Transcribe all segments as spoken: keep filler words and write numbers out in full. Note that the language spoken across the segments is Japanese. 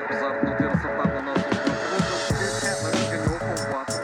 apesar de não ter acertado a nossa última pergunta, porque é, mas ganhou com quatro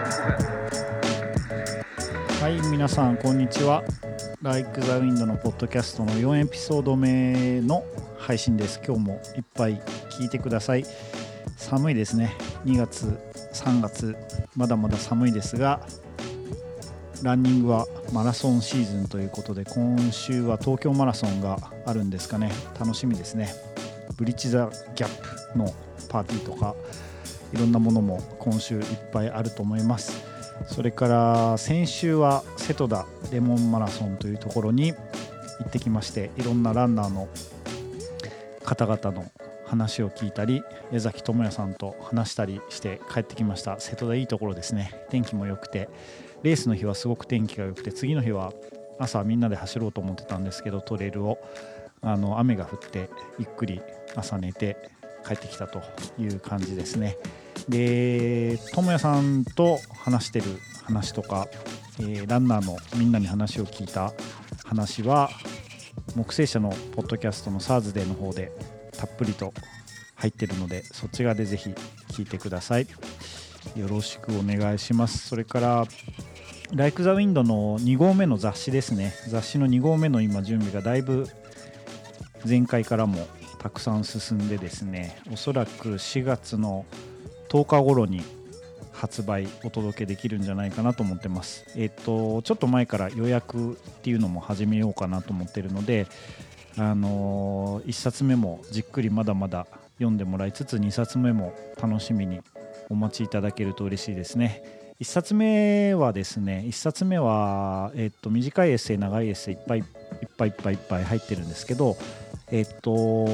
respostas corretas. はい、皆さんこんにちは。 Like the Wind のポッドキャストのよんエピソード目の配信です。今日もいっぱい聞いてください。寒いですね。にがつさんがつまだまだ寒いですが、ランニングはマラソンシーズンということで、今週は東京マラソンがあるんですかね。楽しみですね。ブリッジ・ザ・ギャップのパーティーとかいろんなものも今週いっぱいあると思います。それから先週は瀬戸田レモンマラソンというところに行ってきまして、いろんなランナーの方々の話を聞いたり、江崎智也さんと話したりして帰ってきました。瀬戸田いいところですね。天気も良くて、レースの日はすごく天気が良くて、次の日は朝みんなで走ろうと思ってたんですけど、トレイルをあの雨が降ってゆっくり朝寝て帰ってきたという感じですね。で、智也さんと話してる話とか、えー、ランナーのみんなに話を聞いた話は木星社のポッドキャストの サーズデー の方でたっぷりと入ってるので、そっち側でぜひ聞いてください。よろしくお願いします。それからLike the Wind のに号目の雑誌ですね。雑誌のに号目の今準備がだいぶ前回からもたくさん進んでですね、おそらくしがつのとおか頃に発売お届けできるんじゃないかなと思ってます。えっとちょっと前から予約っていうのも始めようかなと思ってるので、あのー、いっさつめもじっくりまだまだ読んでもらいつつ、にさつめも楽しみにお待ちいただけると嬉しいですね。いっさつめはですね、いっさつめは、えっと、短いエッセイ長いエッセイいっぱいいっぱいいっぱいいっぱい入ってるんですけど、えっと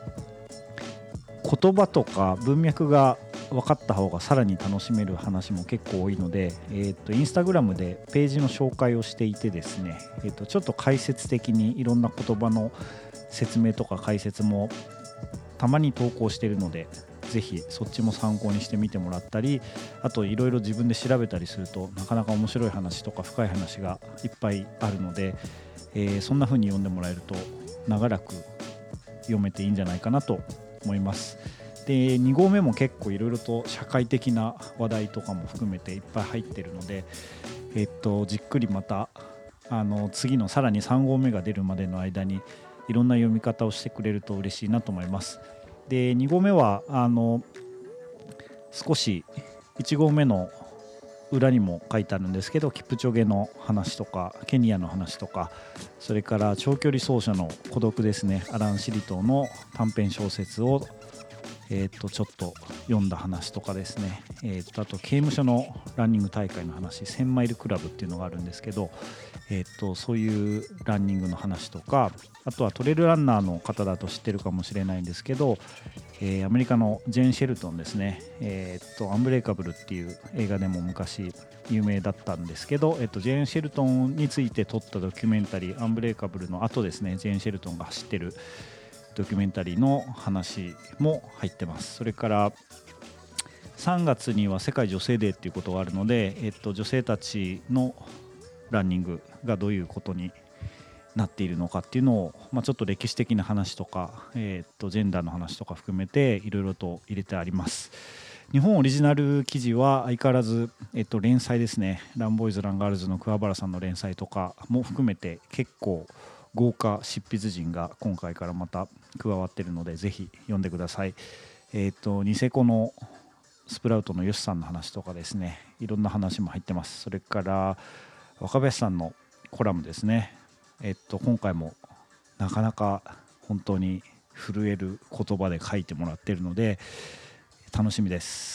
言葉とか文脈が分かった方がさらに楽しめる話も結構多いので、えっとインスタグラムでページの紹介をしていてですね、えっとちょっと解説的にいろんな言葉の説明とか解説もたまに投稿しているので、ぜひそっちも参考にしてみてもらったり、あといろいろ自分で調べたりするとなかなか面白い話とか深い話がいっぱいあるので、えー、そんな風に読んでもらえると長らく読めていいんじゃないかなと思います。で、に号目も結構いろいろと社会的な話題とかも含めていっぱい入ってるので、えっとじっくりまたあの次のさらにさん号目が出るまでの間にいろんな読み方をしてくれると嬉しいなと思います。で、に号目はあの少しいち号目の裏にも書いてあるんですけど、キプチョゲの話とかケニアの話とか、それから長距離走者の孤独ですね、アラン・シリトーの短編小説をえー、とちょっと読んだ話とかですね、えー、とあと刑務所のランニング大会の話、せんマイルクラブっていうのがあるんですけど、えー、とそういうランニングの話とか、あとはトレイルランナーの方だと知ってるかもしれないんですけど、えー、アメリカのジェーン・シェルトンですね、えー、とアンブレイカブルっていう映画でも昔有名だったんですけど、えー、とジェーン・シェルトンについて撮ったドキュメンタリー、アンブレイカブルの後ですね、ジェーン・シェルトンが走ってるドキュメンタリーの話も入ってます。それからさんがつには世界女性デーっていうことがあるので、えっと、女性たちのランニングがどういうことになっているのかっていうのを、まあ、ちょっと歴史的な話とか、えっと、ジェンダーの話とか含めていろいろと入れてあります。日本オリジナル記事は相変わらず、えっと、連載ですね、ランボーイズランガールズの桑原さんの連載とかも含めて結構豪華執筆陣が今回からまた加わっているので、ぜひ読んでください。えっとニセコのスプラウトのヨシさんの話とかですね、いろんな話も入ってます。それから若林さんのコラムですね、えっと今回もなかなか本当に震える言葉で書いてもらっているので楽しみです。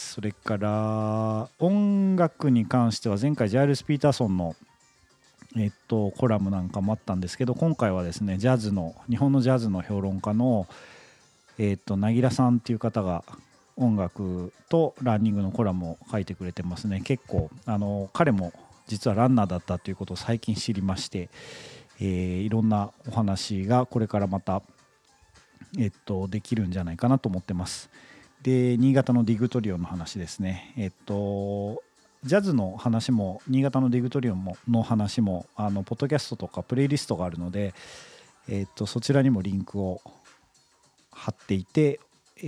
それから音楽に関しては前回ジャイルス・ピーターソンのえっと、コラムなんかもあったんですけど、今回はですね、ジャズの日本のジャズの評論家の、えっと、なぎらさんっていう方が音楽とランニングのコラムを書いてくれてますね。結構あの彼も実はランナーだったということを最近知りまして、えー、いろんなお話がこれからまた、えっと、できるんじゃないかなと思ってます。で、新潟のディグトリオの話ですね。えっとジャズの話も新潟のディグトリオンの話もあのポッドキャストとかプレイリストがあるので、えー、とそちらにもリンクを貼っていて、えー、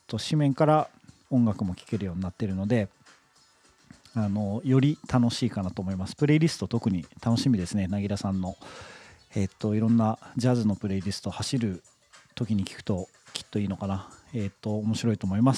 と紙面から音楽も聴けるようになっているので、あのより楽しいかなと思います。プレイリスト特に楽しみですね。なぎらさんの、えっといろんなジャズのプレイリスト、走る時に聞くときっといいのかな。えっと面白いと思います。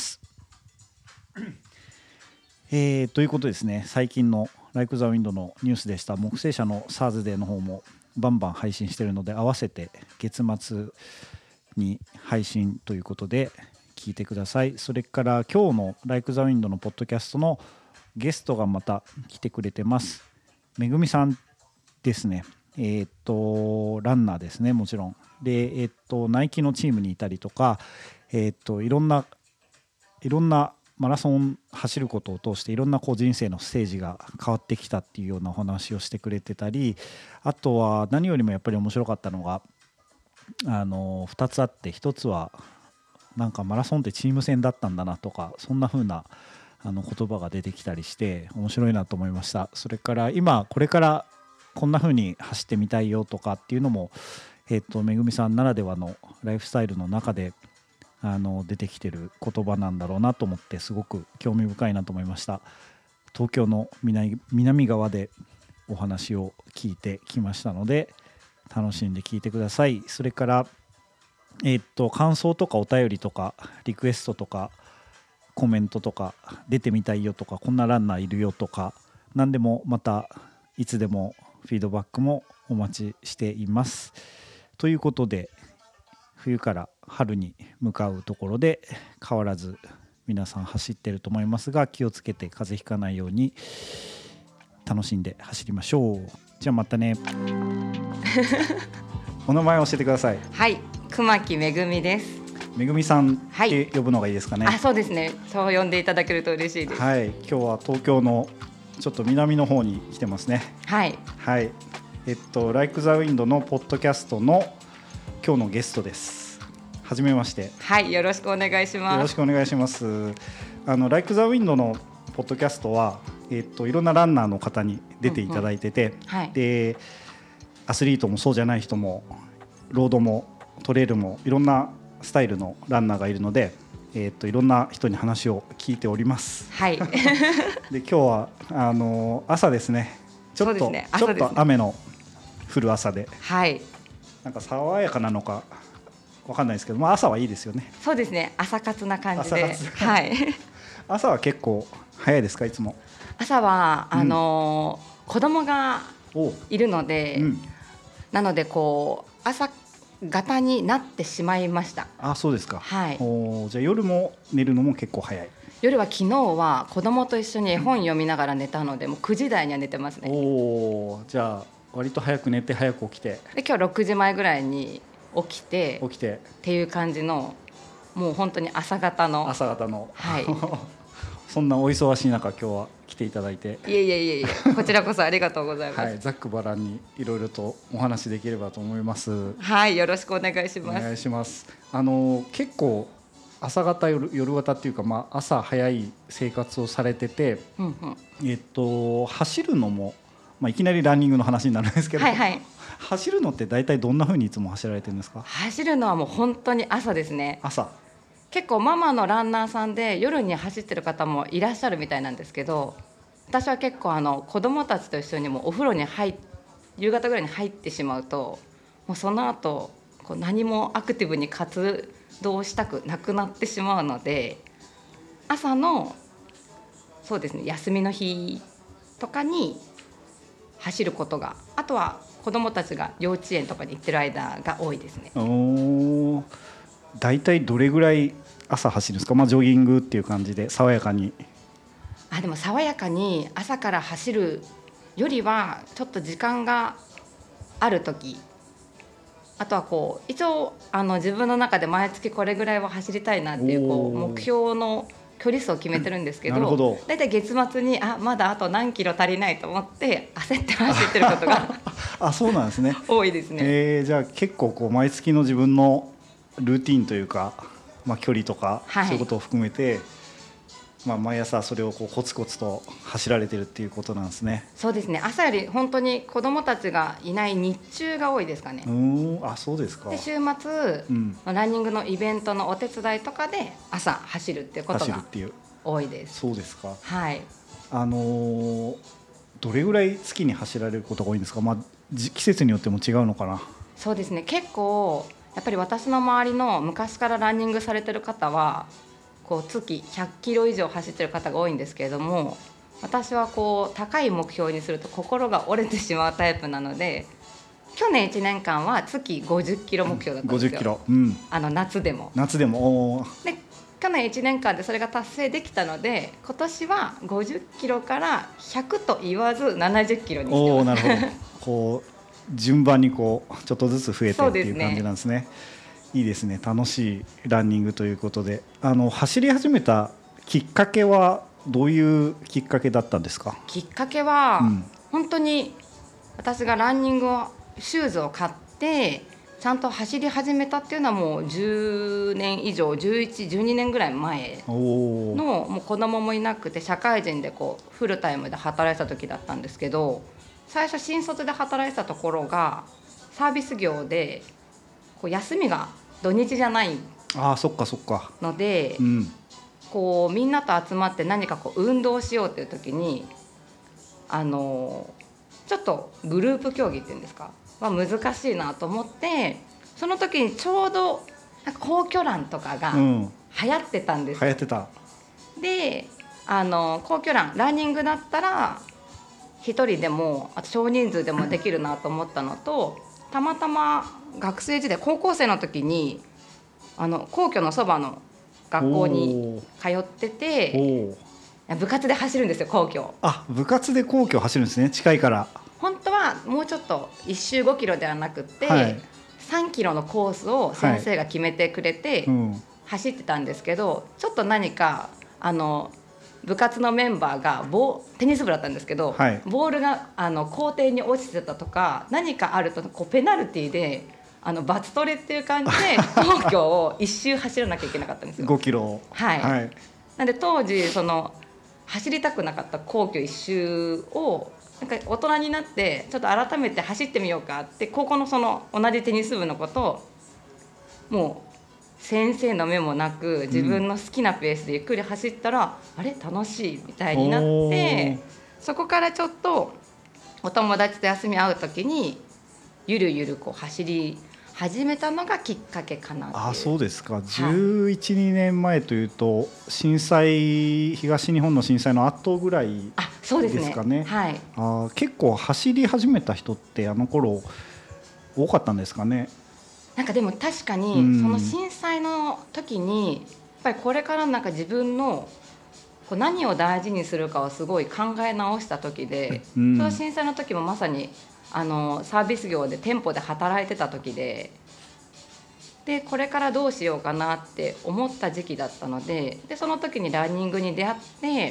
えー、ということですね。最近のLike the Windのニュースでした。木星社の SARS デーの方もバンバン配信しているので、合わせて月末に配信ということで聞いてください。それから今日のLike the Windのポッドキャストのゲストがまた来てくれてます。めぐみさんですね。えー、っとランナーですね、もちろんで、えー、っとナイキのチームにいたりとか、えー、っといろんないろんなマラソン走ることを通していろんなこう人生のステージが変わってきたっていうようなお話をしてくれてたり、あとは何よりもやっぱり面白かったのがあのふたつあって、ひとつはなんかマラソンってチーム戦だったんだなとか、そんな風なあの言葉が出てきたりして面白いなと思いました。それから今これからこんな風に走ってみたいよとかっていうのも、えっとめぐみさんならではのライフスタイルの中であの出てきてる言葉なんだろうなと思って、すごく興味深いなと思いました。東京の 南, 南側でお話を聞いてきましたので、楽しんで聞いてください。それから、えー、っと感想とかお便りとかリクエストとかコメントとか、出てみたいよとか、こんなランナーいるよとか、何でもまたいつでもフィードバックもお待ちしています。ということで、冬から春に向かうところで変わらず皆さん走ってると思いますが、気をつけて風邪ひかないように楽しんで走りましょう。じゃあまたね。お名前を教えてください。 はい、熊木めぐみです。 めぐみさんって呼ぶのがいいですかね。 はい、あ、そうですね。そう呼んでいただけると嬉しいです。 はい、今日は東京のちょっと南の方に来てますね。 はいはい、えっと Like the Wind のポッドキャストの今日のゲストです。はじめまして。 はい、よろしくお願いします。 よろしくお願いします。あの Like the Wind のポッドキャストは、えっといろんなランナーの方に出ていただいてて、うんうん、はい、でアスリートもそうじゃない人もロードもトレイルもいろんなスタイルのランナーがいるので、えっといろんな人に話を聞いております。 はい。 で今日はあの朝ですね。ちょっと、ね、ちょっと雨の降る朝で、 はい。 なんか爽やかなのかわかんないですけど、まあ、朝はいいですよね。 そうですね、朝活な感じで、 はい、朝は結構早いですか？いつも朝はあのーうん、子供がいるので、うん、なのでこう朝型になってしまいました。 あ、そうですか。 はい。 お、じゃあ夜も寝るのも結構早い？ 夜は昨日は子供と一緒に絵本読みながら寝たので、もうくじ台には寝てますね。 お、じゃあ割と早く寝て早く起きて、 で今日ろくじまえぐらいに起きて起きてっていう感じの、もう本当に朝方の朝方の、 はい。 そんなお忙しい中今日は来ていただいて、 いえいえいえいえ、こちらこそありがとうございます。 はい、ざっくばらんにいろいろとお話できればと思います。 はい、よろしくお願いします。 お願いします。あの結構朝方 夜, 夜方っていうか、まあ、朝早い生活をされてて、うんうん、えっと走るのも、まあ、いきなりランニングの話になるんですけど、はいはい、走るのって大体どんな風にいつも走られてるんですか？ 走るのはもう本当に朝ですね。 朝。 結構ママのランナーさんで夜に走ってる方もいらっしゃるみたいなんですけど、私は結構あの子供たちと一緒にもお風呂に入っ夕方ぐらいに入ってしまうと、もうその後こう何もアクティブに活動したくなくなってしまうので、朝のそうですね、休みの日とかに走ることが、あとは子どもたちが幼稚園とかに行ってる間が多いですね。 お、だいたいどれぐらい朝走るんですか？まあ、ジョギングっていう感じで爽やかに。 あ、でも爽やかに朝から走るよりはちょっと時間がある時、あとはこう一応あの自分の中で毎月これぐらいは走りたいなっていうこう目標の距離数を決めてるんですけど、どだいたい月末にあまだあと何キロ足りないと思って焦って走ってることがあ、そうなんですね。 多いですね。 えー、じゃあ結構こう毎月の自分のルーティンというか、まあ、距離とか、はい、そういうことを含めてまあ、毎朝それをこうコツコツと走られてるっていうことなんですね。 そうですね、朝より本当に子どもたちがいない日中が多いですかね。 うーん、あ、そうですか。 で週末、 うん、 ランニングのイベントのお手伝いとかで朝走るっていうことが走るっていう。 多いです。 そうですか。 はい、 あのーどれぐらい月に走られることが多いんですか。まあ、じ季節によっても違うのかな。 そうですね、結構やっぱり私の周りの昔からランニングされてる方はこう月ひゃっキロ以上走ってる方が多いんですけれども、私はこう高い目標にすると心が折れてしまうタイプなので、去年いちねんかんは月ごじゅっキロ目標だったんですよ。 ごじゅっキロ、うん、 あの夏でも。 夏でも。おー、 で去年いちねんかんでそれが達成できたので、今年はごじゅっキロからひゃくと言わずななじゅっキロにしておー、 ます。 なるほど。こう順番にこうちょっとずつ増えてっていうそうですね感じなんですね。いいですね。楽しいランニングということで、あの走り始めたきっかけはどういうきっかけだったんですか。 きっかけは、 うん、 本当に私がランニングをシューズを買ってちゃんと走り始めたっていうのはもうじゅうねん以上、じゅういち、じゅうにねんぐらい前おー、 の、もう子供もいなくて社会人でこうフルタイムで働いてた時だったんですけど、最初新卒で働いてたところがサービス業でこう休みが土日じゃないあー、そっかそっか。 ので、 うん、 こうみんなと集まって何かこう運動しようっていう時に、あのちょっとグループ競技っていうんですかは難しいなと思って、その時にちょうどなんか皇居ランとかがうん、 流行ってたんですよ。 流行ってた。 で、あの皇居ランランニングだったらひとりでもあと少人数でもできるなと思ったのと、たまたま学生時代高校生の時にあの皇居のそばの学校に通ってて、 おー、 部活で走るんですよ皇居。 あ、部活で皇居走るんですね。近いから。 本当はもうちょっといっ周ごキロではなくて、 はい、 さんキロのコースを先生が決めてくれてうん、 走ってたんですけど、ちょっと何かあの部活のメンバーがボテニス部だったんですけど、 はい、 ボールがあの校庭に落ちてたとか何かあるとこうペナルティであの罰トレっていう感じで皇居を一周走らなきゃいけなかったんですよ。 ごキロ。 はい、 はい、 なんで当時その走りたくなかった皇居一周をなんか大人になってちょっと改めて走ってみようかって高校のその同じテニス部の子ともう先生の目もなく自分の好きなペースでゆっくり走ったら、うん、あれ楽しいみたいになって、そこからちょっとお友達と休み会う時にゆるゆるこう走り始めたのがきっかけかなっていう。 あ、そうですか。じゅういち、にねんまえというと震災東日本の震災の後ぐらいあ、そうですね、 ですかね。 はい、 あ、結構走り始めた人ってあの頃多かったんですかね。 なんかでも確かうにん、 その震災の時にやっぱりこれからなんか自分のこう何を大事にするかをすごい考え直した時で、 うん、 その震災の時もまさにあのサービス業で店舗で働いてた時で、でこれからどうしようかなって思った時期だったので、でその時にランニングに出会って、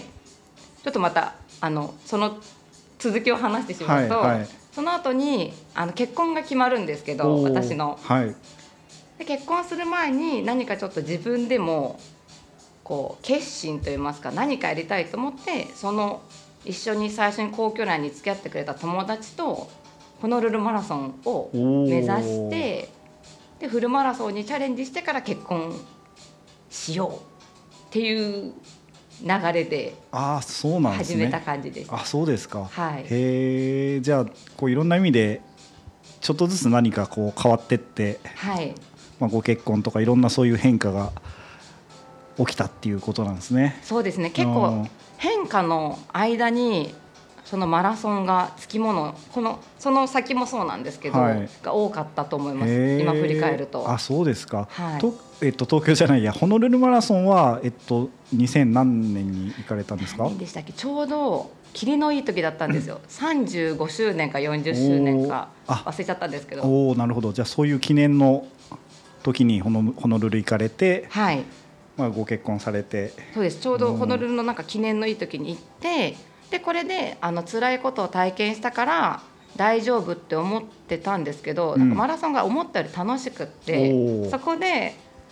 ちょっとまたあのその続きを話してしまうと、 はいはい、 その後にあの結婚が決まるんですけど、私の、 はい、 で結婚する前に何かちょっと自分でもこう決心といいますか何かやりたいと思って、その一緒に最初に皇居内に付き合ってくれた友達とホノルルマラソンを目指して、でフルマラソンにチャレンジしてから結婚しようっていう流れで始めた感じです。 あ、そうですか。 はい、 へえ。じゃあこういろんな意味でちょっとずつ何かこう変わってって、 はい、 まあ、ご結婚とかいろんなそういう変化が起きたっていうことなんですね。 そうですね、結構変化の間にそのマラソンがつきもの、このその先もそうなんですけど、はい、が多かったと思います、今振り返ると。 あ、そうですか。 はい、 とえっと、東京じゃないやホノルルマラソンは、えっと、にせん何年に行かれたんですか。 何年でしたっけ。ちょうど霧のいい時だったんですよ。さんじゅうごしゅうねんかよんじゅっしゅうねんか忘れちゃったんですけど。 おお、なるほど。じゃあそういう記念の時にホノ、ホノルル行かれて、 はい、 まあ、ご結婚されて。 そうです。ちょうどホノルルのなんか記念のいい時に行って、でこれであの辛いことを体験したから大丈夫って思ってたんですけど、うん、なんかマラソンが思ったより楽しくって、そこで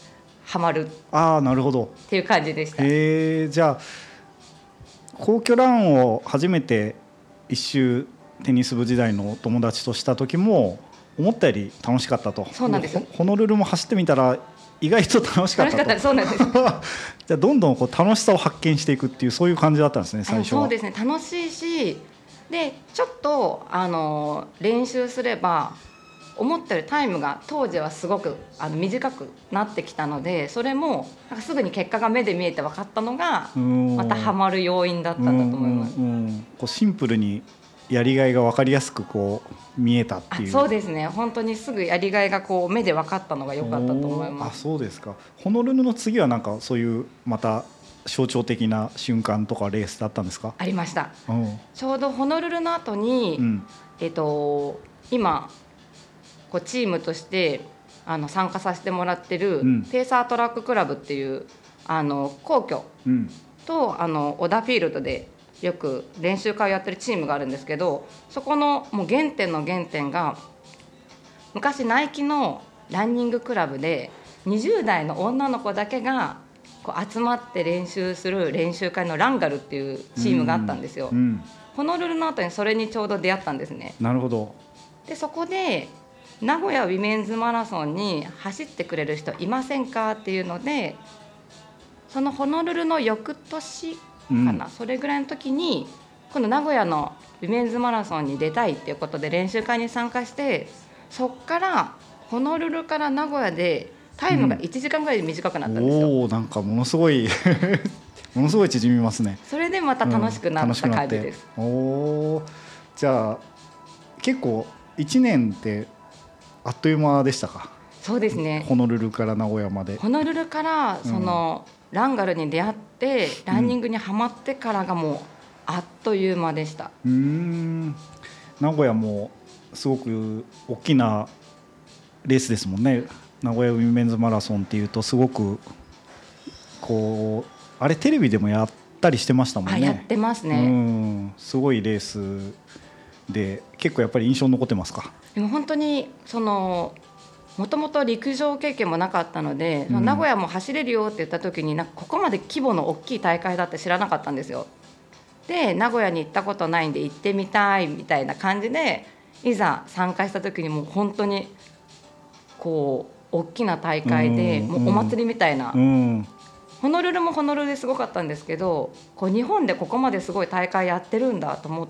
ハマるっああなるほど。 ていう感じでした。 へえ。じゃあ皇居ランを初めて一周テニス部時代の友達とした時も思ったより楽しかったと。 そうなんですよ。 ホノルルも走ってみたら意外と楽しかったと。 楽しかった。そうなんですじゃあどんどんこう楽しさを発見していくっていうそういう感じだったんですね最初は。 そうですね、楽しいし、でちょっとあの練習すれば思ったよりタイムが当時はすごくあの短くなってきたので、それもなんかすぐに結果が目で見えて分かったのがまたハマる要因だったんだと思います。 うんうんうん、こうシンプルにやりがいが分かりやすくこう見えたっていう。 あ、そうですね、本当にすぐやりがいがこう目で分かったのが良かったと思います。 あ、そうですか。ホノルルの次はなんかそういうまた象徴的な瞬間とかレースだったんですか？ ありました。 うん、 ちょうどホノルルの後に、 うん、 えっと今こうチームとしてあの参加させてもらってる、 うん、 ペーサートラッククラブっていうあの皇居うんとあの小田フィールドでよく練習会をやってるチームがあるんですけど、そこのもう原点の原点が昔ナイキのランニングクラブでにじゅう代の女の子だけがこう集まって練習する練習会のランガルっていうチームがあったんですよ、 うんうん、 ホノルルの後にそれにちょうど出会ったんですね。 なるほど。 でそこで名古屋ウィメンズマラソンに走ってくれる人いませんかっていうので、そのホノルルの翌年かな、うん、それぐらいの時に今度名古屋のウィメンズマラソンに出たいっていうことで練習会に参加して、そっからホノルルから名古屋でタイムがいちじかんぐらい短くなったんですよ、うん、 おー、なんかものすごいものすごい縮みますね。 それでまた楽しくなった感じです、 うん、おー、じゃあ結構いちねんってあっという間でしたか？ そうですね、 ホノルルから名古屋まで。 ホノルルからその、うん、ランガルに出会ってランニングにはまってからがもうあっという間でした、 うん、うーん、名古屋もすごく大きなレースですもんね。名古屋ウィメンズマラソンっていうとすごくこうあれテレビでもやったりしてましたもんね。 あ、やってますね、 うん、すごいレースで結構やっぱり印象に残ってますか？ でも本当にそのもともと陸上経験もなかったので、うん、名古屋も走れるよって言った時になんかここまで規模の大きい大会だって知らなかったんですよ。で名古屋に行ったことないんで行ってみたいみたいな感じでいざ参加した時にもう本当にこう大きな大会で、うん、もうお祭りみたいな、うん、ホノルルもホノルルですごかったんですけど、こう日本でここまですごい大会やってるんだと思って、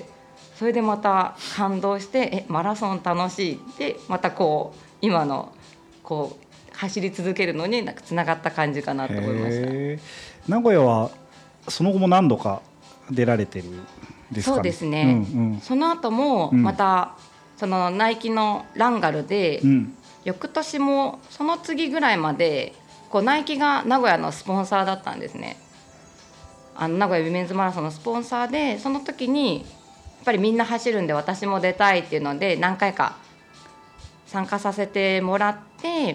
それでまた感動してえマラソン楽しいでまたこう今のこう走り続けるのになんかつながった感じかなと思いました。 名古屋はその後も何度か出られてるんですかね？ そうですね、うんうん、その後もまた、うん、そのナイキのランガルで、うん、翌年もその次ぐらいまでこうナイキが名古屋のスポンサーだったんですね。あの名古屋ウィメンズマラソンのスポンサーで、その時にやっぱりみんな走るんで私も出たいっていうので何回か参加させてもらって、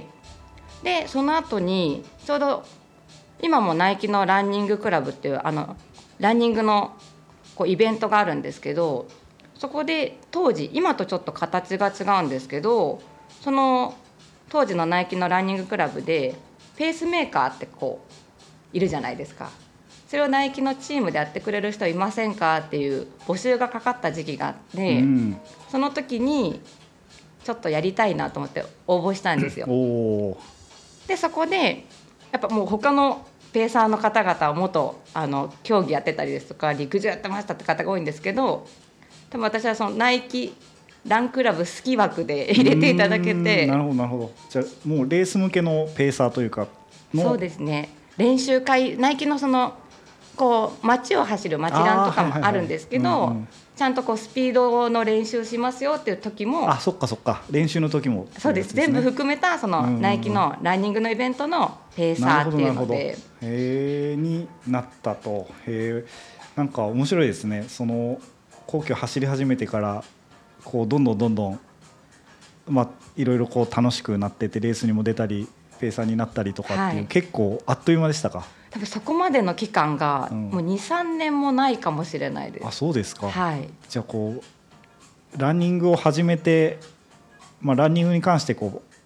でその後にちょうど今もナイキのランニングクラブっていうあのランニングのこうイベントがあるんですけど、そこで当時今とちょっと形が違うんですけど、その当時のナイキのランニングクラブでペースメーカーってこういるじゃないですか。それをナイキのチームでやってくれる人いませんかっていう募集がかかった時期があって、うん、その時にちょっとやりたいなと思って応募したんですよ。でそこでやっぱもう他のペーサーの方々は元あの競技やってたりですとか陸上やってましたって方が多いんですけど、多分私はそのナイキランクラブ好き枠で入れていただけて。 なるほどなるほど。じゃあもうレース向けのペーサーというかの。 そうですね、練習会ナイキのそのこう街を走る街ランとかもあるんですけど、ちゃんとこうスピードの練習しますよっていう時も、 あ、そっかそっか、練習の時も、 そうです、全部含めたそのナイキのランニングのイベントのペーサーっていうので、 へーになったと。へー、なんか面白いですね。その皇居走り始めてからこうどんどんどんどんまあいろいろこう楽しくなってて、レースにも出たりペーサーになったりとかっていう、はい、結構あっという間でしたか？ 多分そこまでの期間がもう に,さん 年もないかもしれないです。 あ、そうですか。 はい、 じゃあこうランニングを始めて、まあ、ランニングに関してこう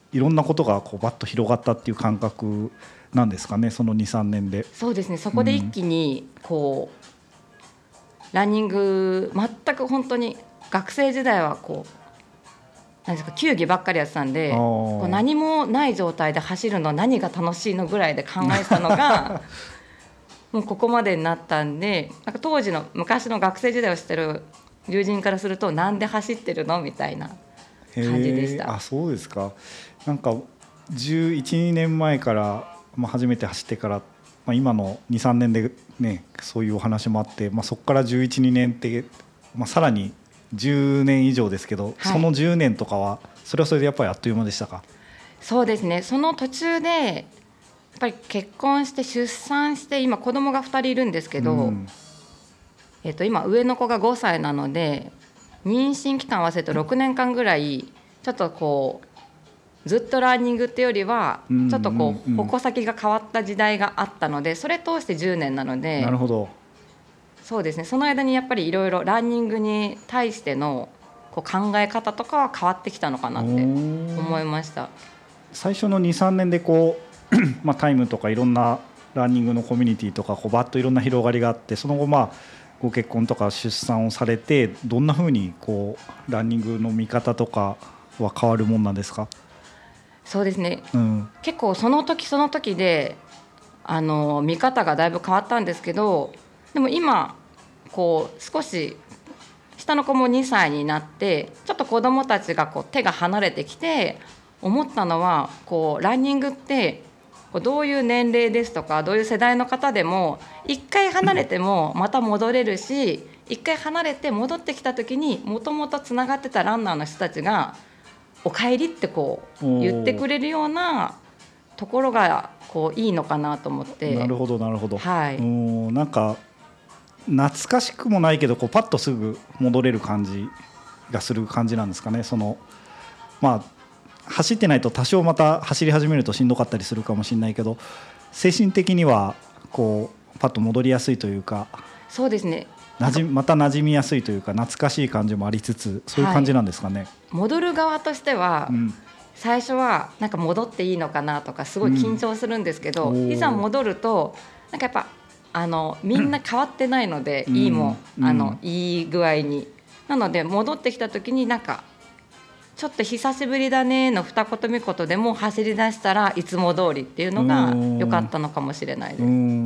いろんなことがこうバッと広がったっていう感覚なんですかね、その にさんねんで。 そうですね、そこで一気にこう、うん、ランニング全く本当に学生時代はこうなんですか球技ばっかりやってたんで、こう何もない状態で走るの何が楽しいのぐらいで考えてたのがもうここまでになったんで、なんか当時の昔の学生時代をしてる友人からするとなんで走ってるのみたいな感じでした。 あ、そうですか。なんかじゅういち、にねんまえから、まあ、初めて走ってから、まあ、今の にさんねんで、ね、そういうお話もあって、まあ、そこからじゅういち、にねんって、まあ、さらにじゅうねん以上ですけど、はい、そのじゅうねんとかはそれはそれでやっぱりあっという間でしたか？ そうですね、その途中でやっぱり結婚して出産して今子供がふたりいるんですけど、うんえー、と今上の子がごさいなので妊娠期間合わせるとろくねんかんぐらいちょっとこうずっとランニングっていうよりはちょっとこう矛先が変わった時代があったので、それ通してじゅうねんなので。 なるほど。 そうですね、その間にやっぱりいろいろランニングに対してのこう考え方とかは変わってきたのかなって思いました。 最初の にさんねんでこう、まあ、タイムとかいろんなランニングのコミュニティとかこうバッといろんな広がりがあって、その後まあご結婚とか出産をされて、どんなふうにこうランニングの見方とかは変わるもんなんですか？ そうですね、 うん、 結構その時その時であの見方がだいぶ変わったんですけど、でも今こう少し下の子もにさいになってちょっと子どもたちがこう手が離れてきて思ったのは、こうランニングってこうどういう年齢ですとかどういう世代の方でも一回離れてもまた戻れるし、一回離れて戻ってきた時にもともとつながってたランナーの人たちがお帰りってこう言ってくれるようなところがこういいのかなと思って。 なるほどなるほど、 はい、 おなんか懐かしくもないけどこうパッとすぐ戻れる感じがする感じなんですかね。そのまあ走ってないと多少また走り始めるとしんどかったりするかもしれないけど、精神的にはこうパッと戻りやすいというか。 そうですね、 なじまた馴染みやすいというか懐かしい感じもありつつ、そういう感じなんですかね。はい、 戻る側としては、うん、最初はなんか戻っていいのかなとかすごい緊張するんですけど、うん、いざ戻るとなんかやっぱあのみんな変わってないので、うん、いいも、うん、あのいい具合になので戻ってきた時になんかちょっと久しぶりだねの二言三言でも走り出したらいつも通りっていうのが良かったのかもしれないです。 うん、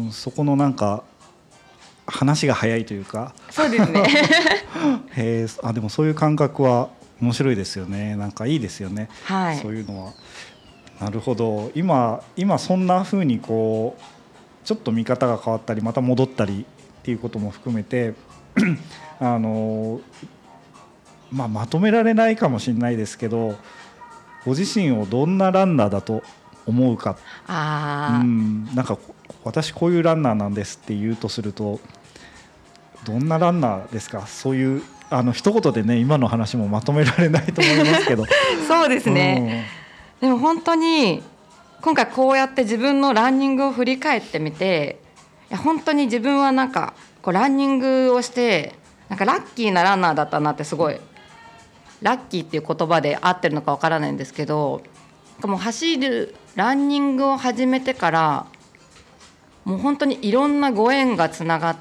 そこのなんか話が早いというか。 そうですねへー、あでもそういう感覚は面白いですよね。なんかいいですよね、 はい、 そういうのは。なるほど。今今そんな風にこうちょっと見方が変わったりまた戻ったりっていうことも含めてあの、まあ、まとめられないかもしれないですけど、ご自身をどんなランナーだと思うか。 あ、 うん、なんか私こういうランナーなんですって言うとするとどんなランナーですか？そういうあの一言でね今の話もまとめられないと思いますけどそうですね、うん、でも本当に今回こうやって自分のランニングを振り返ってみて、いや本当に自分はなんかこうランニングをしてなんかラッキーなランナーだったなって、すごいラッキーっていう言葉で合ってるのかわからないんですけど、もう走るランニングを始めてからもう本当にいろんなご縁がつながって、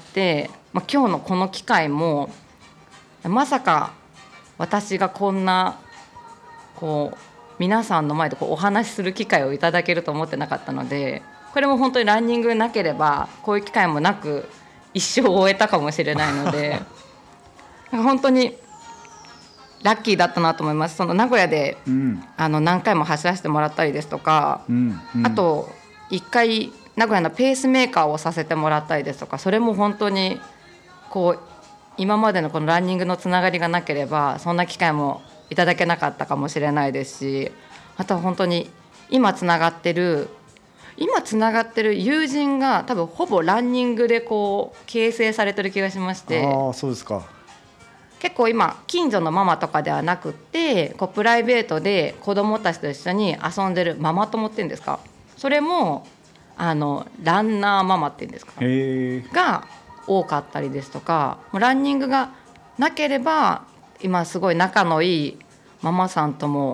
まあ、今日のこの機会もまさか私がこんなこう皆さんの前でこうお話しする機会をいただけると思ってなかったので、これも本当にランニングなければこういう機会もなく一生を終えたかもしれないのでなんか本当にラッキーだったなと思います。その名古屋で、うん、あの何回も走らせてもらったりですとか、うんうん、あといっかい名古屋のペースメーカーをさせてもらったりですとか、それも本当にこう今までのこのランニングのつながりがなければそんな機会もいただけなかったかもしれないですし、あとは本当に今つながってる今つながってる友人が多分ほぼランニングでこう形成されてる気がしまして。 あ、そうですか。 結構今近所のママとかではなくってこうプライベートで子どもたちと一緒に遊んでるママ友っていうんですか、それもあのランナーママっていうんですかが多かったりですとか、ランニングがなければ今すごい仲のいいママさんともそ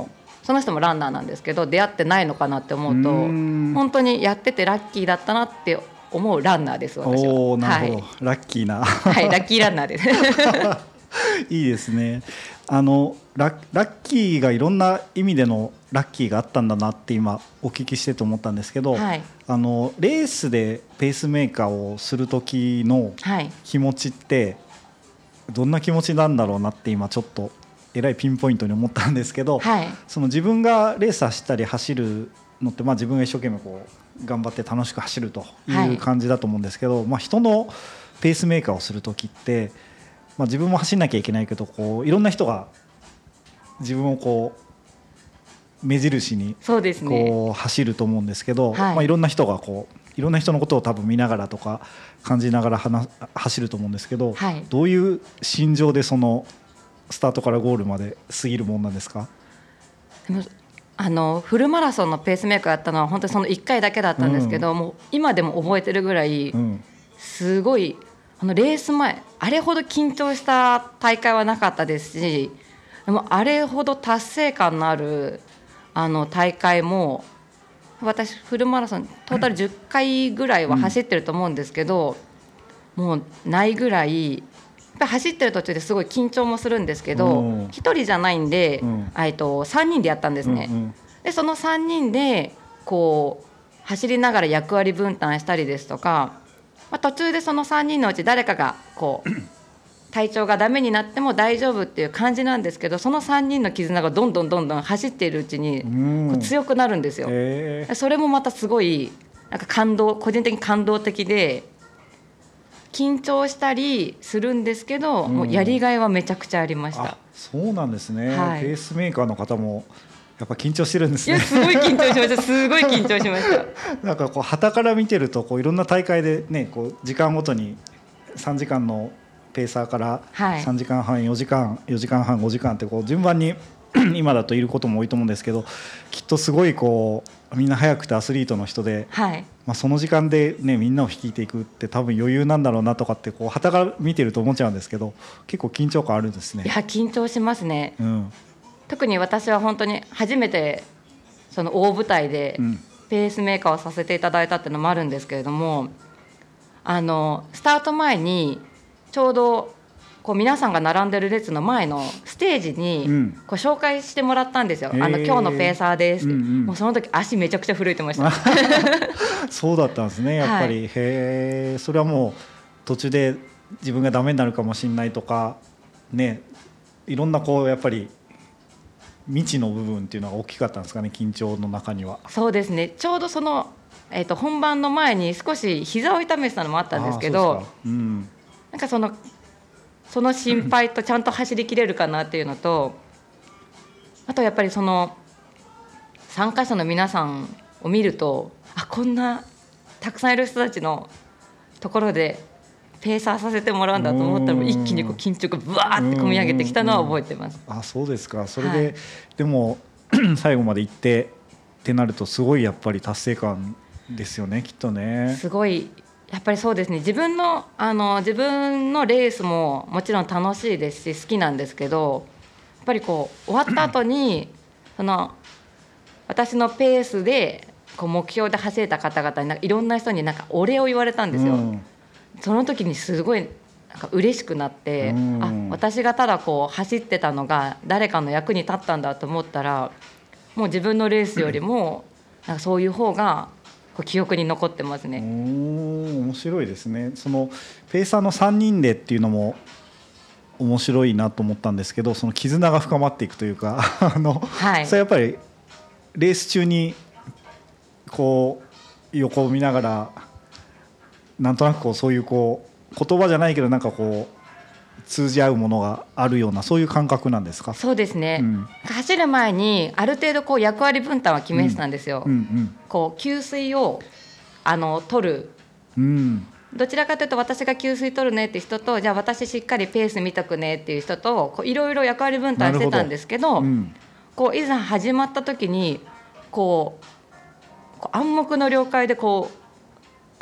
その人もランナーなんですけど出会ってないのかなって思うと、 うーん本当にやっててラッキーだったなって思うランナーです私は。 おー、なるほど、 はい、 ラッキーなはい、ラッキーランナーですいいですね。あのララッキーがいろんな意味でのラッキーがあったんだなって今お聞きしてと思ったんですけど、 はい、 あのレースでペースメーカーをする時のはい気持ちってどんな気持ちなんだろうなって今ちょっとえらいピンポイントに思ったんですけど、 はい、 その自分がレース走ったり走るのって、まあ、自分が一生懸命こう頑張って楽しく走るという感じだと思うんですけど、まあ、人のペースメーカーをする時って、まあ、自分も走んなきゃいけないけどこういろんな人が自分をこう目印にそうですね、 こう走ると思うんですけど、 はいまあ、いろんな人がこういろんな人のことを多分見ながらとか感じながら話走ると思うんですけど、 はい、 どういう心情でそのスタートからゴールまで過ぎるもんなんですか？ でもあのフルマラソンのペースメーカーやったのは本当にそのいっかいだけだったんですけど、うん、もう今でも覚えてるぐらい、うん、すごいあのレース前あれほど緊張した大会はなかったですし、でもあれほど達成感のあるあの大会も私フルマラソントータルじゅっかいぐらいは走ってると思うんですけど、うん、もうないぐらいやっぱり走ってる途中ですごい緊張もするんですけど、ひとりじゃないんで、うん、えっとさんにんでやったんですね、うんうん、でそのさんにんでこう走りながら役割分担したりですとか、まあ、途中でそのさんにんのうち誰かがこう体調がダメになっても大丈夫っていう感じなんですけど、そのさんにんの絆がどんどんどんどん走っているうちにこう強くなるんですよ、えー、それもまたすごいなんか感動個人的に感動的で緊張したりするんですけど、うん、もうやりがいはめちゃくちゃありました。 あ、そうなんですね、 はい、 ペースメーカーの方もやっぱ緊張してるんですね。 いやすごい緊張しましたすごい緊張しましたなんかこう傍から見てるとこういろんな大会でねこう時間ごとにさんじかんのペーサーからさんじかんはんよじかんよじかんはんごじかんってこう順番に今だといることも多いと思うんですけど、きっとすごいこうみんな速くてアスリートの人で、はい、まあ、その時間で、ね、みんなを率いていくって多分余裕なんだろうなとかってこう傍から見てると思っちゃうんですけど、結構緊張感あるんですね。 いや緊張しますね、うん、特に私は本当に初めてその大舞台でペースメーカーをさせていただいたっていうのもあるんですけれども、あのスタート前にちょうどこう皆さんが並んでる列の前のステージにこう紹介してもらったんですよ、うん、あの今日のペーサーですって、うんうん、もうその時足めちゃくちゃ震えてましたそうだったんですねやっぱり、はい、へえ、それはもう途中で自分がダメになるかもしれないとかね、いろんなこうやっぱり未知の部分っていうのが大きかったんですかね、緊張の中には。そうですね、 ちょうどその、えーと、本番の前に少し膝を痛めてたのもあったんですけど、うん、なんかそのその心配とちゃんと走りきれるかなっていうのと、あとやっぱりその参加者の皆さんを見ると、あこんなたくさんいる人たちのところでペーサーさせてもらうんだと思ったら一気にこう緊張がブワーって込み上げてきたのは覚えてます。 あ、そうですか。それで、はい、でも最後まで行ってってなるとすごいやっぱり達成感ですよね、きっとね。 すごいやっぱりそうですね、自分 の, あの自分のレースももちろん楽しいですし好きなんですけど、やっぱりこう終わった後にその私のペースでこう目標で走れた方々になんかいろんな人になんかお礼を言われたんですよ、うん、その時にすごいなんか嬉しくなって、うん、あ私がただこう走ってたのが誰かの役に立ったんだと思ったら、もう自分のレースよりもなんかそういう方が記憶に残ってますね。お面白いですね。そのペーサーのさんにんでっていうのも面白いなと思ったんですけど、その絆が深まっていくというかあの、はい、それやっぱりレース中にこう横を見ながらなんとなくこうそういうこう言葉じゃないけどなんかこう通じ合うものがあるようなそういう感覚なんですか？ そうですね、うん、走る前にある程度こう役割分担は決めてたんですよ、うんうんうん、こう給水をあの取る、うん、どちらかというと私が給水取るねって人と、じゃあ私しっかりペース見とくねっていう人といろいろ役割分担してたんですけど、うん、こういざ始まった時にこう、こう暗黙の了解でこうあ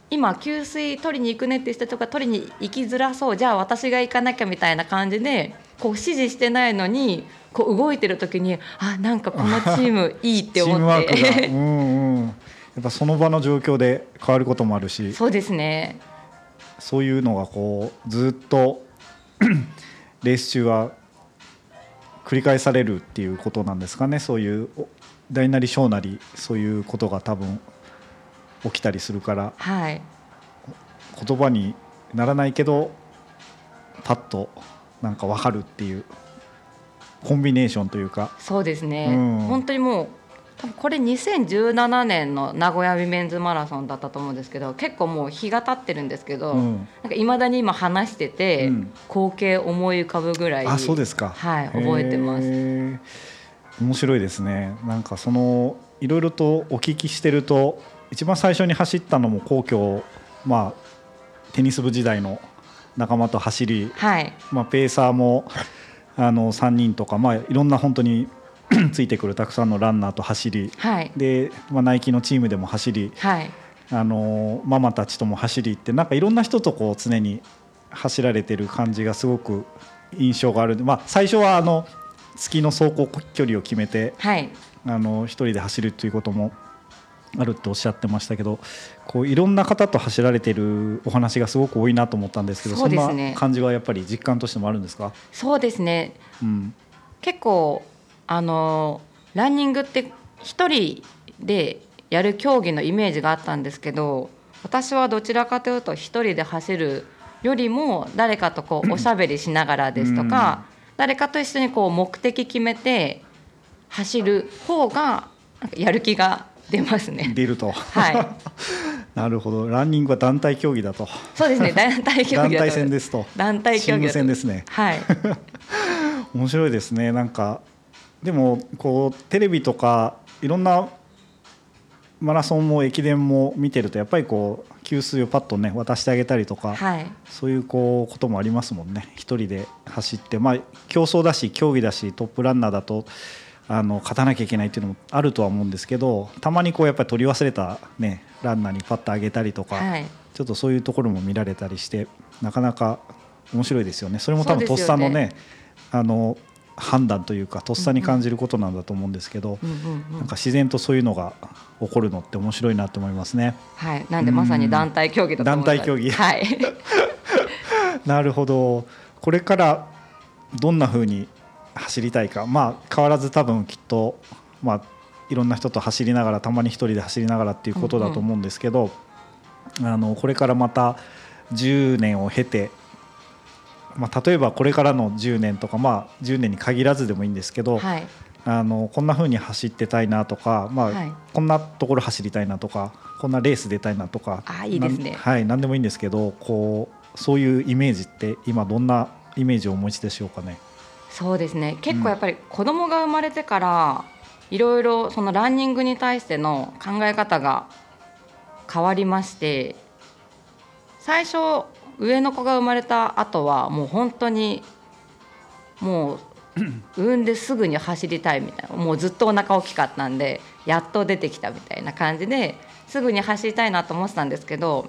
今給水取りに行くねって人とか取りに行きづらそう、じゃあ私が行かなきゃみたいな感じでこう指示してないのにこう動いてる時に、あ、なんかこのチームいいって思ってチームワークが、うんうん、やっぱその場の状況で変わることもあるし、 そうですね、 そういうのがこうずっとレース中は繰り返されるっていうことなんですかね。そういう大なり小なりそういうことが多分起きたりするから、 はい、 言葉にならないけどパッとなんか分かるっていうコンビネーションというか。 そうですね、 うん、 本当にもう多分これにせんじゅうななねんの名古屋ウィメンズマラソンだったと思うんですけど、結構もう日が経ってるんですけど、うん、なんか未だに今話してて、うん、光景思い浮かぶぐらい、 あ、そうですか、 はい、覚えてます。 面白いですね。なんかそのいろいろとお聞きしてると、一番最初に走ったのも皇居、まあ、テニス部時代の仲間と走り、 はい、 まあ、ペーサーもあのさんにんとか、まあ、いろんな本当についてくるたくさんのランナーと走り、 はい、 で、まあ、ナイキのチームでも走り、 はい、 あのママたちとも走りって、なんかいろんな人とこう常に走られてる感じがすごく印象がある。まあ、最初はあの月の走行距離を決めて、はい、あの一人で走るということもあるっておっしゃってましたけど、こういろんな方と走られてるお話がすごく多いなと思ったんですけど、 そ, うです、ね、そんな感じはやっぱり実感としてもあるんですか？ そうですね、うん、結構あのランニングって一人でやる競技のイメージがあったんですけど、私はどちらかというと一人で走るよりも誰かとこうおしゃべりしながらですとか、うん、誰かと一緒にこう目的決めて走る方がなんかやる気が出ますね。 出ると、 はい、 なるほど。ランニングは団体競技だと。 そうですね、団体競技だと。 団体戦ですと。 団体競技だと。 チーム戦ですね。 はい。 面白いですね。なんかでもこうテレビとかいろんなマラソンも駅伝も見てると、やっぱりこう給水をパッとね渡してあげたりとか、はい、そういうこうこともありますもんね。一人で走って、まあ競争だし競技だしトップランナーだとあの勝たなきゃいけないっていうのもあるとは思うんですけど、たまにこうやっぱり取り忘れた、ね、ランナーにパッと上げたりとか、はい、ちょっとそういうところも見られたりして、なかなか面白いですよね。それも多分とっさのね、あの判断というかとっさに感じることなんだと思うんですけど、うんうん、なんか自然とそういうのが起こるのって面白いなと思いますね。 はい、なんでまさに団体競技だと思います。 団体競技、 はい、 なるほど。これからどんな風に走りたいか、まあ、変わらず多分きっと、まあ、いろんな人と走りながら、たまに一人で走りながらっていうことだと思うんですけど、うんうん、あのこれからまたじゅうねんを経て、まあ、例えばこれからのじゅうねんとか、まあ、じゅうねんに限らずでもいいんですけど、はい、あのこんな風に走ってたいなとか、まあはい、こんなところ走りたいなとか、こんなレース出たいなとか、 あ、いいですね、 はい、何でもいいんですけど、こうそういうイメージって今どんなイメージをお持ちでしょうかね。 そうですね、結構やっぱり子供が生まれてからいろいろそのランニングに対しての考え方が変わりまして、最初上の子が生まれた後はもう本当にもう産んですぐに走りたいみたいな、もうずっとお腹大きかったんでやっと出てきたみたいな感じですぐに走りたいなと思ってたんですけど、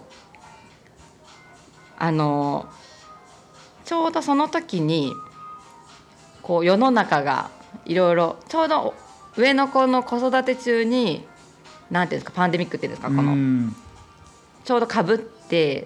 あのちょうどその時にこう世の中がいろいろちょうど上の子の子育て中に何ていうんですか、パンデミックっていうんですか、このちょうどかぶって、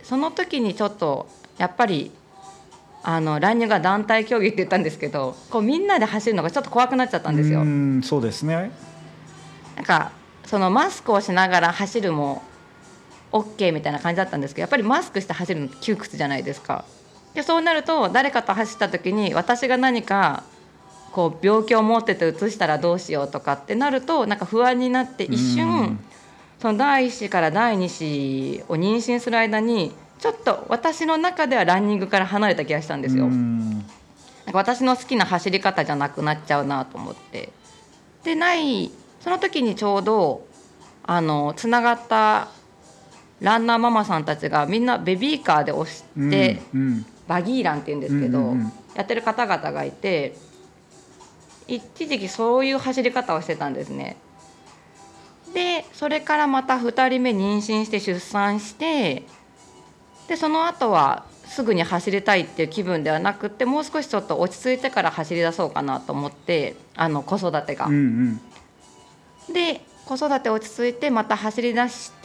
その時にちょっとやっぱりあのランニングが団体競技って言ったんですけど、こうみんなで走るのがちょっと怖くなっちゃったんですよ。 うん、そうですね。 なんかそのマスクをしながら走るも OK みたいな感じだったんですけど、やっぱりマスクして走るの窮屈じゃないですか。でそうなると誰かと走った時に私が何かこう病気を持ってて移したらどうしようとかってなると、なんか不安になって一瞬そのだいいっ子からだいに子を妊娠する間にちょっと私の中ではランニングから離れた気がしたんですよ。なんか私の好きな走り方じゃなくなっちゃうなと思って、でないその時にちょうどあのつながったランナーママさんたちがみんなベビーカーで押して、うんうん、バギーランっていうんですけど、うんうんうん、やってる方々がいて、一時期そういう走り方をしてたんですね。 でそれからまたふたりめ妊娠して出産して、でその後はすぐに走りたいっていう気分ではなくて、もう少しちょっと落ち着いてから走り出そうかなと思って、あの子育てが、 うんうん、 で子育て落ち着いてまた走り出して、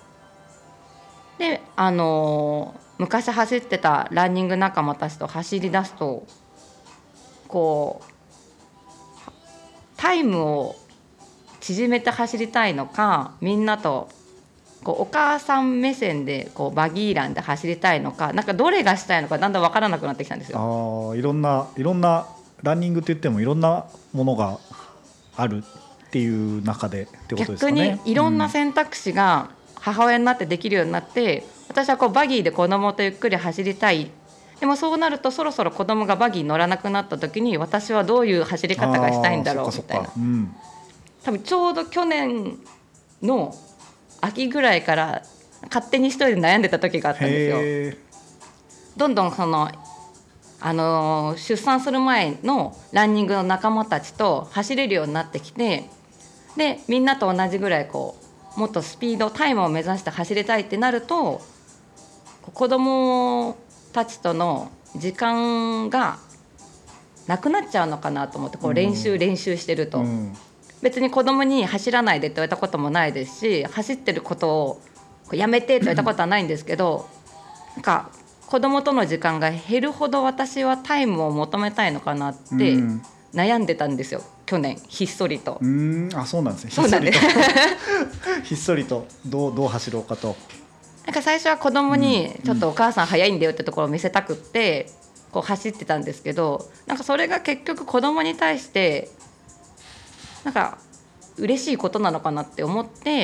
であのー昔走ってたランニング仲間たちと走り出すと、こうタイムを縮めて走りたいのか、みんなとこうお母さん目線でこうバギーランで走りたいのか、なんかどれがしたいのかだんだん分からなくなってきたんですよ。 ああ、いろんないろんなランニングって言ってもいろんなものがあるっていう中でってことですかね。 逆にいろんな選択肢が母親になってできるようになって、うん、私はこうバギーで子供とゆっくり走りたい。でもそうなるとそろそろ子供がバギー乗らなくなった時に私はどういう走り方がしたいんだろうみたいな、うん、多分ちょうど去年の秋ぐらいから勝手に一人で悩んでた時があったんですよ。どんどんそのあの出産する前のランニングの仲間たちと走れるようになってきて、でみんなと同じぐらいこうもっとスピードタイムを目指して走りたいってなると、子供たちとの時間がなくなっちゃうのかなと思って、こう練習練習してると、うん、別に子供に走らないでって言われたこともないですし、走ってることをやめてって言われたことはないんですけど、なんか子供との時間が減るほど私はタイムを求めたいのかなって悩んでたんですよ、去年ひっそりと。 うーん、あ、そうなんですね。 そうなんですひっそりとどう、どう走ろうかと。 なんか最初は子供にちょっとお母さん早いんだよってところを見せたくってこう走ってたんですけど、なんかそれが結局子供に対してなんか嬉しいことなのかなって思って、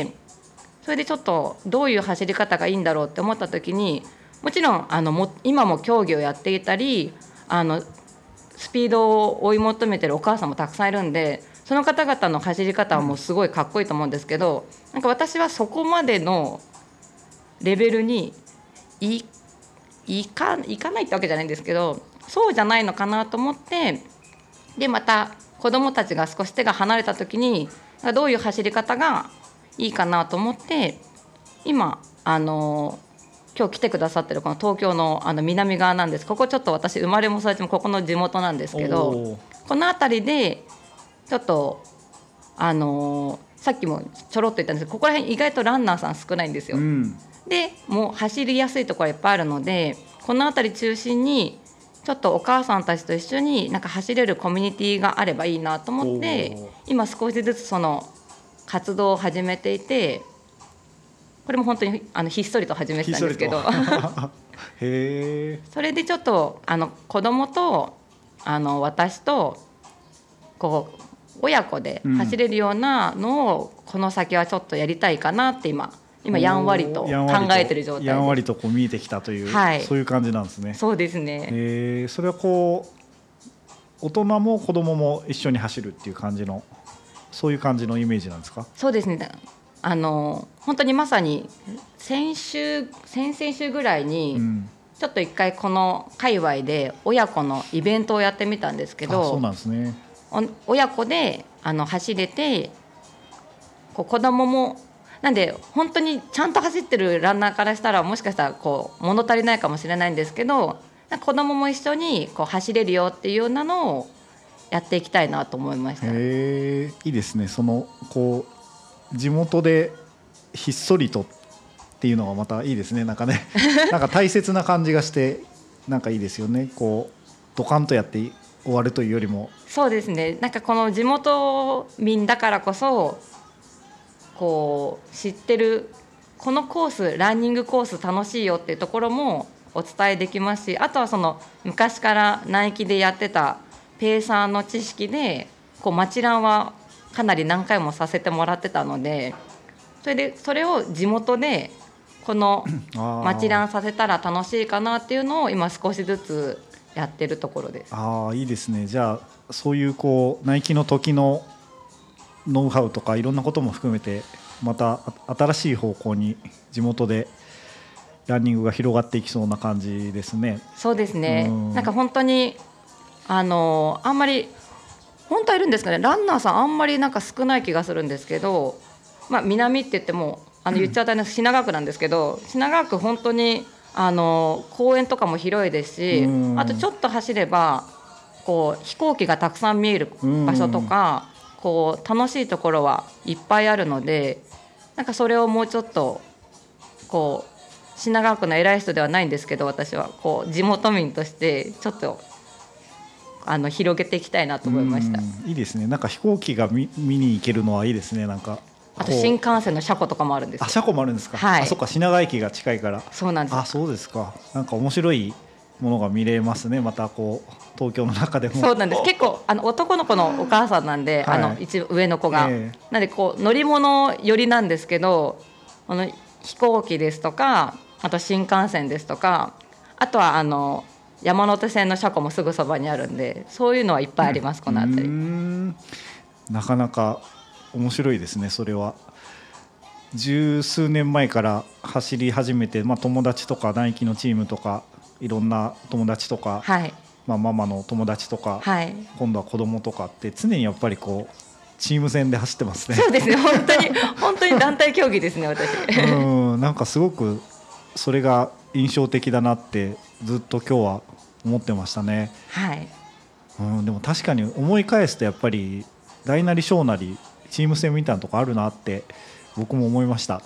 それでちょっとどういう走り方がいいんだろうって思った時に、もちろんあのも今も競技をやっていたり、あのスピードを追い求めてるお母さんもたくさんいるんで、その方々の走り方はもうすごいかっこいいと思うんですけど、なんか私はそこまでのレベルに い, い, かいかないってわけじゃないんですけど、そうじゃないのかなと思って、でまた子どもたちが少し手が離れた時にどういう走り方がいいかなと思って、今あの今日来てくださってるこの東京 の, あの南側なんです。ここちょっと私生まれも育ちもここの地元なんですけど、この辺りでちょっとあのさっきもちょろっと言ったんですけど、ここら辺意外とランナーさん少ないんですよ、うん、でもう走りやすいところいっぱいあるので、この辺り中心にちょっとお母さんたちと一緒になんか走れるコミュニティがあればいいなと思って、今少しずつその活動を始めていて、これも本当にあのひっそりと始めてたんですけどへそれでちょっとあの子供とあの私とこう親子で走れるようなのをこの先はちょっとやりたいかなって今今やんわりと考えてる状態です。 やんわりとこう見えてきたという、はい、そういう感じなんですね。 そうですね。 えー、それはこう大人も子供も一緒に走るっていう感じの、そういう感じのイメージなんですか？ そうですね。あの本当にまさに先週先々週ぐらいにちょっと一回この界隈で親子のイベントをやってみたんですけど、 あ、そうなんですね。 親子であの走れて、こう子供もなんで本当にちゃんと走ってるランナーからしたらもしかしたらこう物足りないかもしれないんですけど、子供も一緒にこう走れるよっていうようなのをやっていきたいなと思いました。 へー、いいですね。そのこう地元でひっそりとっていうのがまたいいですね。なんかねなんか大切な感じがしてなんかいいですよね。こうドカンとやって終わるというよりも。 そうですね。なんかこの地元民だからこそこう知ってるこのコースランニングコース楽しいよっていうところもお伝えできますし、あとはその昔からナイキでやってたペーサーの知識でこう街ランはかなり何回もさせてもらってたので、それでそれを地元でこの街ランさせたら楽しいかなっていうのを今少しずつやってるところです。 ああ、いいですね。じゃあそういうこうナイキの時のノウハウとかいろんなことも含めてまた新しい方向に地元でランニングが広がっていきそうな感じですね。 そうですね。なんか本当にあのあんまり本当はいるんですかね、ランナーさんあんまりなんか少ない気がするんですけど、 まあ、南って言ってもあの言っちゃうとあれ品川区なんですけど、品川区本当にあの公園とかも広いですし、あとちょっと走ればこう飛行機がたくさん見える場所とか、こう楽しいところはいっぱいあるので、なんかそれをもうちょっとこう品川区の偉い人ではないんですけど、私はこう地元民としてちょっとあの広げていきたいなと思いました。 いいですね。なんか飛行機が 見, 見に行けるのはいいですね。なんかあと新幹線の車庫とかもあるんですよ。 あ、車庫もあるんですか。 はい、 あ、そっか、品川駅が近いから。 そうなんです。 あ、そうですか。なんか面白いものが見れますね。またこう東京の中でも。 そうなんです。結構あの男の子のお母さんなんで、はい、あの一上の子が、えー、なんでこう乗り物寄りなんですけど、あの飛行機ですとか、あと新幹線ですとか、あとはあの山手線の車庫もすぐそばにあるんで、そういうのはいっぱいあります、うん、この辺り。うーん、 なかなか面白いですね。それは十数年前から走り始めて、まあ、友達とかナイキのチームとかいろんな友達とか、 はい、 まあ、ママの友達とか、 はい、 今度は子供とかって常にやっぱりこうチーム戦で走ってますね。 そうですね、本当に本当に団体競技ですね、私。 うん、なんかすごくそれが印象的だなってずっと今日は思ってましたね。 はい、 うん、でも確かに思い返すとやっぱり大なり小なりチーム戦みたいなとこあるなって僕も思いました。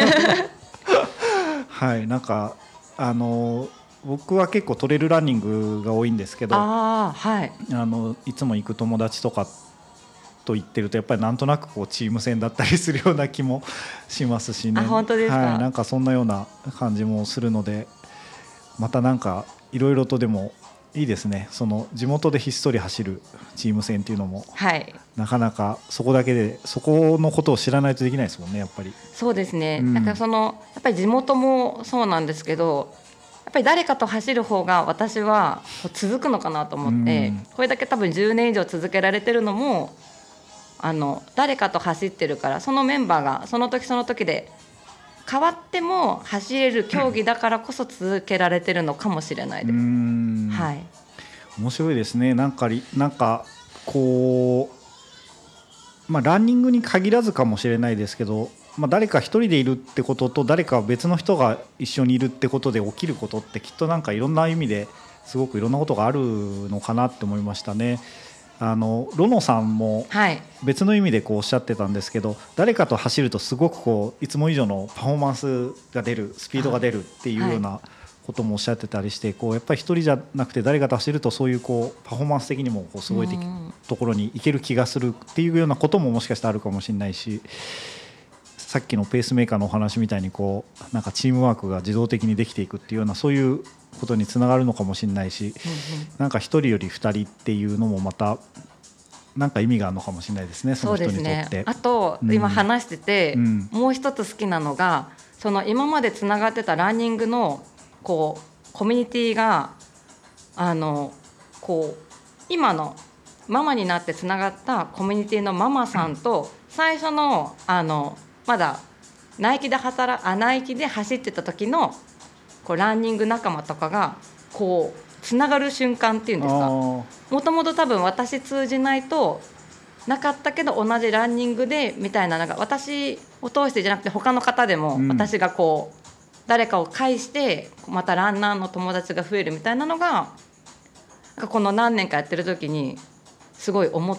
はい、なんかあの僕は結構トレイルランニングが多いんですけど、 あ、はい、 あのいつも行く友達とかと言ってるとやっぱりなんとなくこうチーム戦だったりするような気もしますしね。 あ、本当ですか。 はい、なんかそんなような感じもするので、またなんかいろいろとでもいいですね。その地元でひっそり走るチーム戦っていうのも、 はい、 なかなかそこだけでそこのことを知らないとできないですもんね、やっぱり。 そうですね、 うん、 だからそのやっぱり地元もそうなんですけど、やっぱり誰かと走る方が私は続くのかなと思って、うん、これだけ多分じゅうねん以上続けられてるのもあの誰かと走ってるから、そのメンバーがその時その時で変わっても走れる競技だからこそ続けられてるのかもしれないです。うーん、はい、 面白いですね。なんかなんかこう、まあ、ランニングに限らずかもしれないですけど、まあ、誰か一人でいるってことと誰か別の人が一緒にいるってことで起きることってきっとなんかいろんな意味ですごくいろんなことがあるのかなって思いましたね。あのロノさんも別の意味でこうおっしゃってたんですけど、はい、誰かと走るとすごくこういつも以上のパフォーマンスが出る、スピードが出るっていうようなこともおっしゃってたりして、こうやっぱり一人じゃなくて誰かと走るとそういうこうパフォーマンス的にもこうすごいところに行ける気がするっていうようなことももしかしたらあるかもしれないし、さっきのペースメーカーのお話みたいにこうなんかチームワークが自動的にできていくっていうようなそういうことにつながるのかもしれないし、なんか一人より二人っていうのもまたなんか意味があるのかもしれないですね、その人にとって。 そうですね。あと、うん、今話してて、うん、もう一つ好きなのがその今までつながってたランニングのこうコミュニティがあのこう今のママになってつながったコミュニティのママさんと、うん、最初のあのまだナイキで働あナイキで走ってた時のこうランニング仲間とかがこうつながる瞬間っていうんですか。もともと多分私通じないとなかったけど同じランニングでみたいな、なんか私を通してじゃなくて他の方でも私がこう誰かを介してまたランナーの友達が増えるみたいなのがなんかこの何年かやってる時にすごい思って、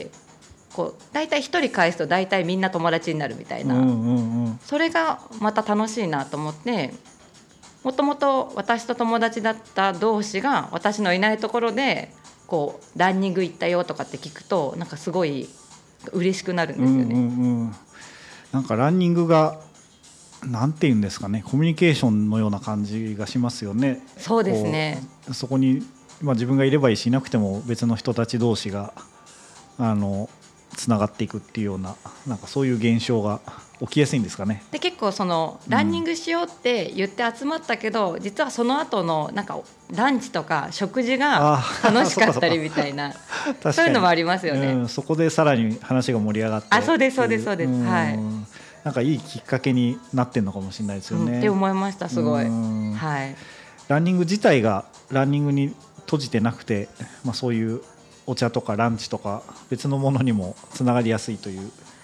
こう大体一人返すと大体みんな友達になるみたいな、うんうんうん、それがまた楽しいなと思って、もともと私と友達だった同士が私のいないところでこうランニング行ったよとかって聞くとなんかすごい嬉しくなるんですよね。うんうんうん、 なんかランニングがなんていうんですかね、コミュニケーションのような感じがしますよね。 そうですね。 そこに、まあ、自分がいればいいしいなくても別の人たち同士があのつながっていくっていうような、なんかそういう現象が起きやすいんですかね。 で結構そのランニングしようって言って集まったけど、うん、実はその後のなんかランチとか食事が楽しかったりみたいなそういうのもありますよね。 うん、そこでさらに話が盛り上がって、 あ、そうですそうですそうです、うん、はい、 なんかいいきっかけになってるのかもしれないですよね、 うん、って思いました。すごい、はい、 ランニング自体がランニングに閉じてなくて、まあ、そういうお茶とかランチとか別のものにもつながりやすいという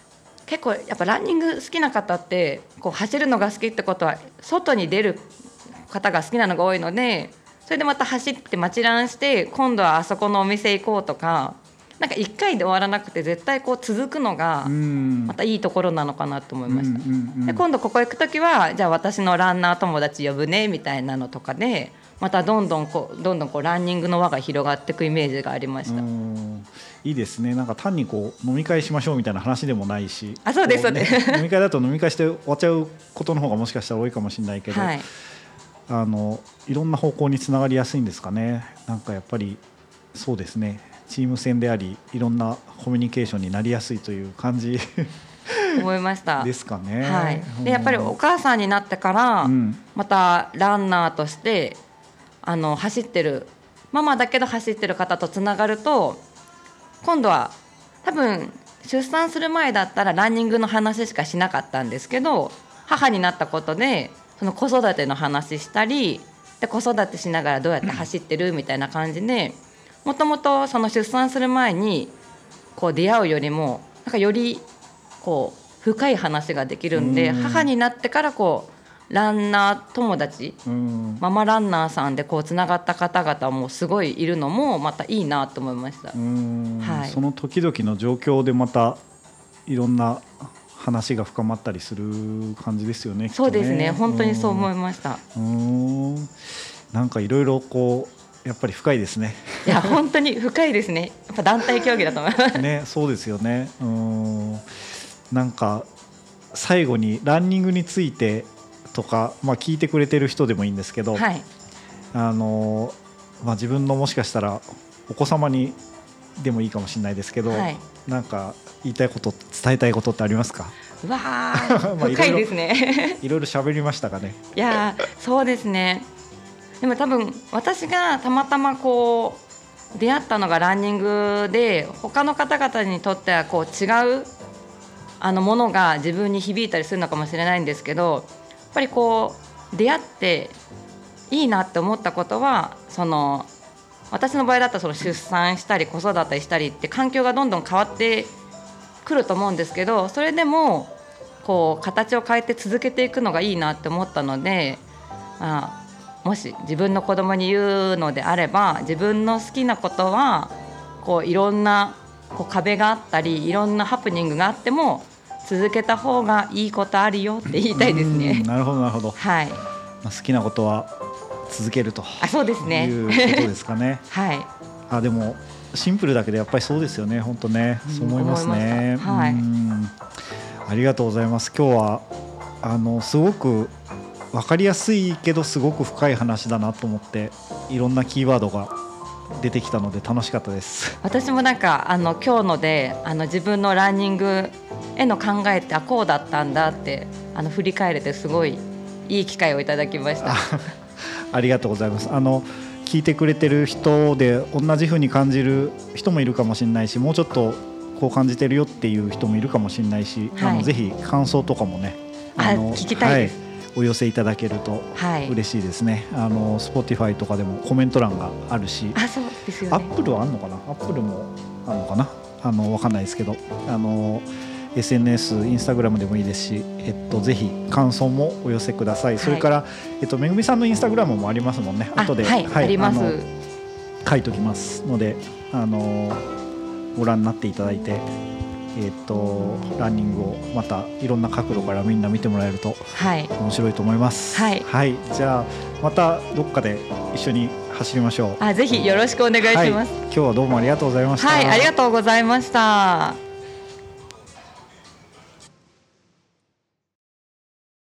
結構やっぱランニング好きな方ってこう走るのが好きってことは外に出る方が好きなのが多いので、それでまた走って待ちランして今度はあそこのお店行こうとか、なんかいっかいで終わらなくて絶対こう続くのがまたいいところなのかなと思いました。で今度ここ行くときはじゃあ私のランナー友達呼ぶねみたいなのとかでまたどんどんこうどんどんこうランニングの輪が広がっていくイメージがありました。 いいですね。なんか単にこう飲み会しましょうみたいな話でもないし、 あ、そうですそうです、 ね、飲み会だと飲み会して終わっちゃうことの方がもしかしたら多いかもしれないけど、はい、あのいろんな方向につながりやすいんですかね。なんかやっぱりそうですね、チーム戦でありいろんなコミュニケーションになりやすいという感じ思いましたですかね。 はい、でやっぱりお母さんになってからまたランナーとしてあの走ってるママだけど走ってる方とつながると、今度は多分出産する前だったらランニングの話しかしなかったんですけど、母になったことでその子育ての話したりで、子育てしながらどうやって走ってるみたいな感じで、もともとその出産する前にこう出会うよりもなんかよりこう深い話ができるんで、母になってからこうランナー友達、ママランナーさんでこうつながった方々もすごいいるのもまたいいなと思いました。 はい、その時々の状況でまたいろんな話が深まったりする感じですよね。 そうですね、本当にそう思いました。 うーん、なんかいろいろこうやっぱり深いですね。 いや本当に深いですね。やっぱ団体競技だと思いますね。そうですよね。うーん、なんか最後にランニングについてとか、まあ、聞いてくれてる人でもいいんですけど、はい、あのまあ、自分のもしかしたらお子様にでもいいかもしれないですけど、はい、なんか言いたいこと伝えたいことってありますか？ うわまあ深いですね。 いろいろ喋りましたかね。 いやそうですね。でも多分私がたまたまこう出会ったのがランニングで、他の方々にとってはこう違うあのものが自分に響いたりするのかもしれないんですけど、やっぱりこう出会っていいなって思ったことは、その私の場合だったらその出産したり子育てしたりって環境がどんどん変わってくると思うんですけど、それでもこう形を変えて続けていくのがいいなって思ったので、まあ、もし自分の子供に言うのであれば、自分の好きなことはこういろんなこう壁があったりいろんなハプニングがあっても続けた方がいいことあるよって言いたいですね。 なるほどなるほど、 はい、 まあ、好きなことは続けるとあそうですねいうことですかね。 はい、 あでもシンプルだけどやっぱりそうですよね。本当ね、そう思いますね。 はい、 うんありがとうございます。今日はあのすごく分かりやすいけどすごく深い話だなと思って、いろんなキーワードが出てきたので楽しかったです。 私もなんかあの今日のであの自分のランニングへの考えってあこうだったんだってあの振り返れてすごいいい機会をいただきました。 ありがとうございます。あの聞いてくれてる人で同じ風に感じる人もいるかもしれないし、もうちょっとこう感じてるよっていう人もいるかもしれないし、はい、あのぜひ感想とかもね、 あの聞きたいです、 はい、お寄せいただけると嬉しいですね。はい、あの Spotify とかでもコメント欄があるし、 あそうですよね、 Apple はあるのかな、Apple もあるのかな、あの分かんないですけど、あの エスエヌエス、インスタグラムでもいいですし、えっと、ぜひ感想もお寄せください。はい、それから、えっと、めぐみさんのインスタグラムもありますもんね。後で、 はいはい、あります。 書いときますので、あのご覧になっていただいて、えっと、ランニングをまたいろんな角度からみんな見てもらえると面白いと思います。 はい、 はい、じゃあまたどっかで一緒に走りましょう。 あぜひよろしくお願いします。 はい、今日はどうもありがとうございました。 はい、ありがとうございました。